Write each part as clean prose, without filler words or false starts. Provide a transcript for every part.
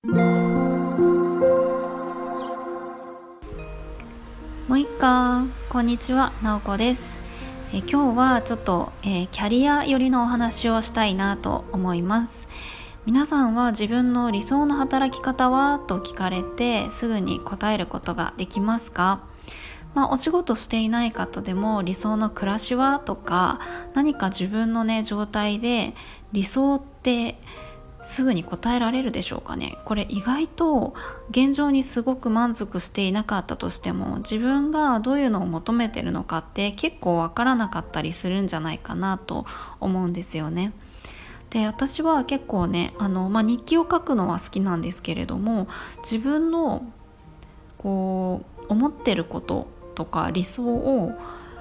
もういっか、こんにちは、なおこです。今日はちょっと、キャリア寄りのお話をしたいなと思います。皆さんは自分の理想の働き方はと聞かれてすぐに答えることができますか？お仕事していない方でも理想の暮らしはとか、何か自分のね状態で理想ってすぐに答えられるでしょうかね。これ意外と現状にすごく満足していなかったとしても、自分がどういうのを求めてるのかって結構わからなかったりするんじゃないかなと思うんですよね。で、私は結構ね日記を書くのは好きなんですけれども、自分の思ってることとか理想を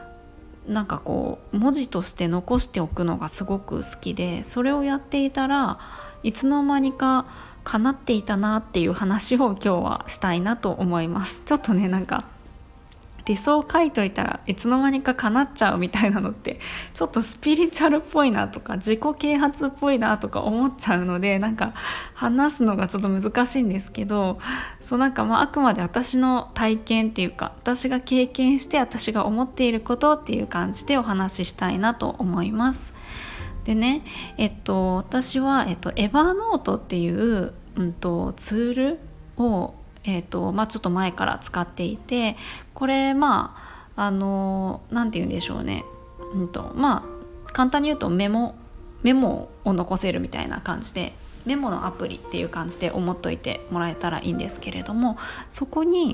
文字として残しておくのがすごく好きで、それをやっていたらいつの間にか叶っていたなっていう話を今日はしたいなと思います。ちょっとね理想を書いといたらいつの間にか叶っちゃうみたいなのってちょっとスピリチュアルっぽいなとか自己啓発っぽいなとか思っちゃうので、話すのがちょっと難しいんですけど、あくまで私の体験っていうか、私が経験して私が思っていることっていう感じでお話ししたいなと思います。でね、私は、エヴァノートっていう、ツールを、ちょっと前から使っていて、これなんて言うんでしょうね、簡単に言うとメモを残せるみたいな感じで、メモのアプリっていう感じで思っといてもらえたらいいんですけれども、そこに、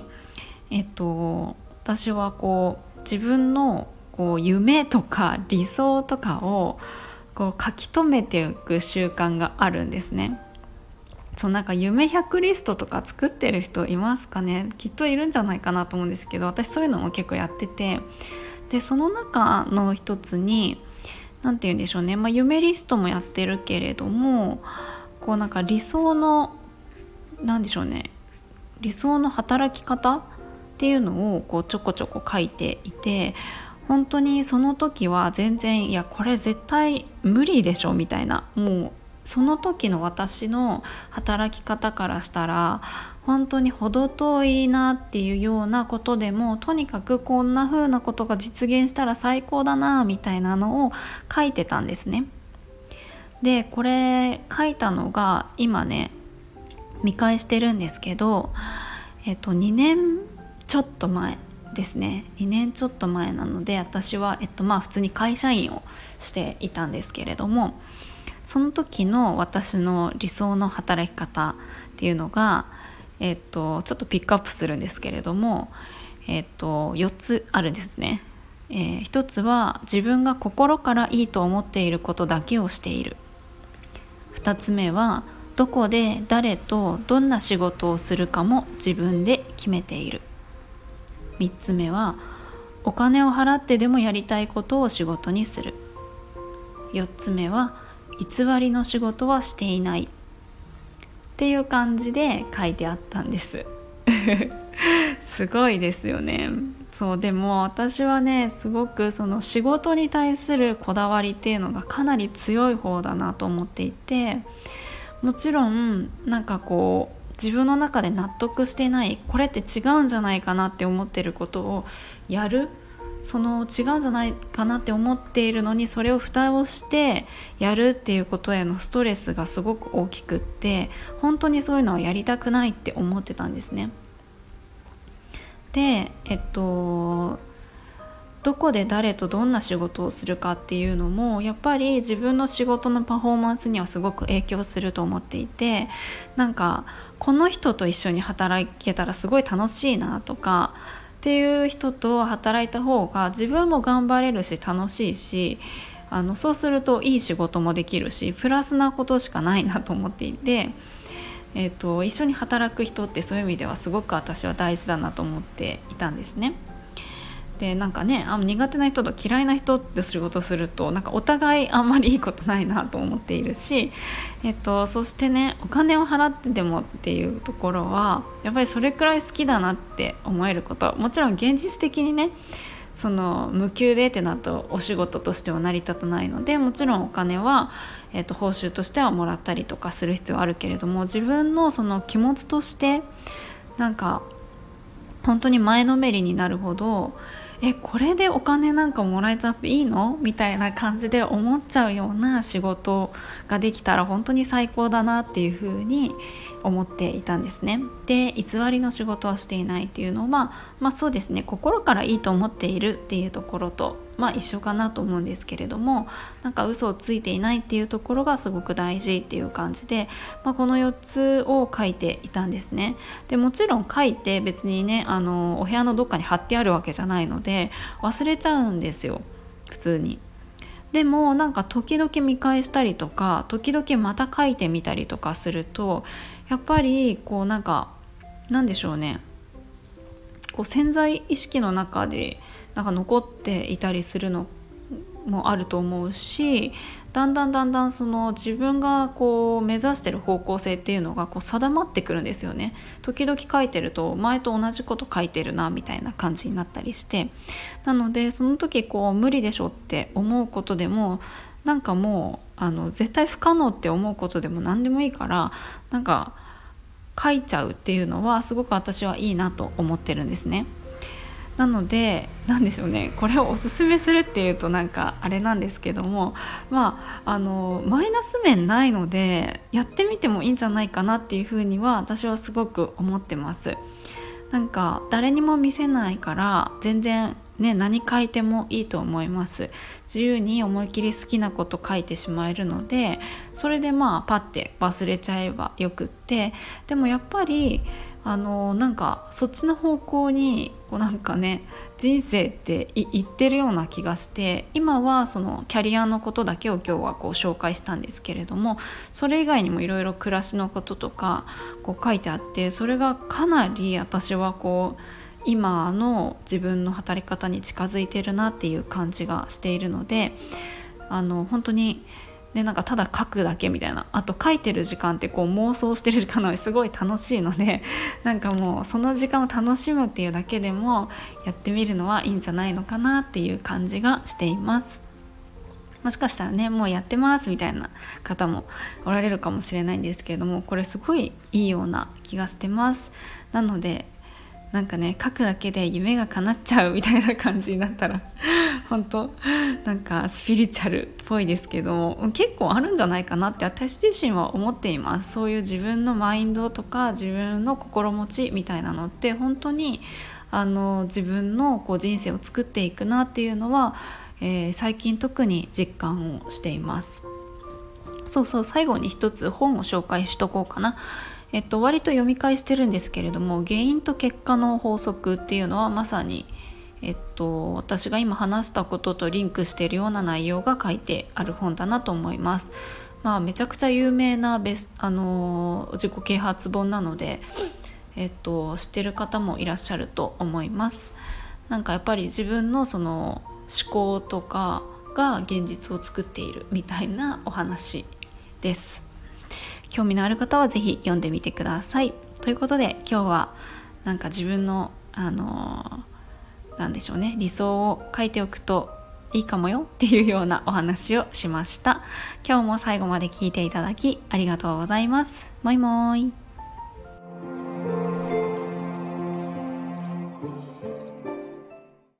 私は自分の夢とか理想とかを書き留めていく習慣があるんですね。夢100リストとか作ってる人いますかね？きっといるんじゃないかなと思うんですけど、私そういうのも結構やってて、でその中の一つになんて言うんでしょうね、夢リストもやってるけれども、理想のなんでしょうね、理想の働き方っていうのをちょこちょこ書いていて、本当にその時は全然これ絶対無理でしょみたいな、もうその時の私の働き方からしたら本当に程遠いなっていうようなことでも、とにかくこんな風なことが実現したら最高だなみたいなのを書いてたんですね。でこれ書いたのが今ね見返してるんですけど、2年ちょっと前ですね。2年ちょっと前なので、私は、普通に会社員をしていたんですけれども、その時の私の理想の働き方っていうのが、ちょっとピックアップするんですけれども、4つあるんですね。1つは自分が心からいいと思っていることだけをしている。2つ目はどこで誰とどんな仕事をするかも自分で決めている。3つ目はお金を払ってでもやりたいことを仕事にする。4つ目は偽りの仕事はしていないっていう感じで書いてあったんですすごいですよね。そうでも私はね、すごくその仕事に対するこだわりっていうのがかなり強い方だなと思っていて、もちろん自分の中で納得してない、これって違うんじゃないかなって思ってることをやる、その違うんじゃないかなって思っているのにそれを蓋をしてやるっていうことへのストレスがすごく大きくって、本当にそういうのはやりたくないって思ってたんですね。でどこで誰とどんな仕事をするかっていうのもやっぱり自分の仕事のパフォーマンスにはすごく影響すると思っていて、この人と一緒に働けたらすごい楽しいなとかっていう人と働いた方が自分も頑張れるし楽しいし、そうするといい仕事もできるしプラスなことしかないなと思っていて、一緒に働く人ってそういう意味ではすごく私は大事だなと思っていたんですね。で苦手な人と嫌いな人と仕事するとお互いあんまりいいことないなと思っているし、そしてね、お金を払ってでもっていうところはやっぱりそれくらい好きだなって思えること、もちろん現実的にねその無給でってなるとお仕事としては成り立たないので、もちろんお金は、報酬としてはもらったりとかする必要はあるけれども、自分のその気持ちとしてなんか本当に前のめりになるほど、これでお金なんかもらえちゃっていいのみたいな感じで思っちゃうような仕事ができたら本当に最高だなっていうふうに思っていたんですね。で、偽りの仕事はしていないっていうのは、そうですね、心からいいと思っているっていうところと一緒かなと思うんですけれども、なんか嘘をついていないっていうところがすごく大事っていう感じで、この4つを書いていたんですね。でもちろん書いて別にね、お部屋のどっかに貼ってあるわけじゃないので忘れちゃうんですよ、普通に。でもなんか時々見返したりとか、時々また書いてみたりとかすると、やっぱりこうなんでしょうね、こう潜在意識の中でなんか残っていたりするのもあると思うし、だんだんその自分がこう目指してる方向性っていうのがこう定まってくるんですよね。時々書いてると前と同じこと書いてるなみたいな感じになったりして、なのでその時こう無理でしょって思うことでも、なんかもう絶対不可能って思うことでも何でもいいから、なんか書いちゃうっていうのはすごく私はいいなと思ってるんですね。なのでなんでしょうね、これをおすすめするっていうとなんかあれなんですけども、マイナス面ないのでやってみてもいいんじゃないかなっていうふうには私はすごく思ってます。なんか誰にも見せないから全然ね、何書いてもいいと思います。自由に思い切り好きなこと書いてしまえるので、それでパッて忘れちゃえばよくって、でもやっぱりなんかそっちの方向にこうなんかね、人生って言ってるような気がして、今はそのキャリアのことだけを今日はこう紹介したんですけれども、それ以外にもいろいろ暮らしのこととかこう書いてあって、それがかなり私はこう今の自分の働き方に近づいてるなっていう感じがしているので、本当にでなんかただ書くだけみたいな、あと書いてる時間ってこう妄想してる時間なのですごい楽しいので、なんかもうその時間を楽しむっていうだけでもやってみるのはいいんじゃないのかなっていう感じがしています。もしかしたらね、もうやってますみたいな方もおられるかもしれないんですけれども、これすごいいいような気がしてます。なのでなんかね、書くだけで夢が叶っちゃうみたいな感じになったら本当なんかスピリチュアルっぽいですけど、結構あるんじゃないかなって私自身は思っています。そういう自分のマインドとか自分の心持ちみたいなのって本当に自分のこう人生を作っていくなっていうのは、最近特に実感をしています。最後に一つ本を紹介しとこうかな。割と読み返してるんですけれども、原因と結果の法則っていうのはまさに、私が今話したこととリンクしているような内容が書いてある本だなと思います。めちゃくちゃ有名な自己啓発本なので、知ってる方もいらっしゃると思います。なんかやっぱり自分のその思考とかが現実を作っているみたいなお話です。興味のある方はぜひ読んでみてください。ということで今日はなんか自分のなんでしょうね、理想を書いておくといいかもよっていうようなお話をしました。今日も最後まで聞いていただきありがとうございます。もいもーい。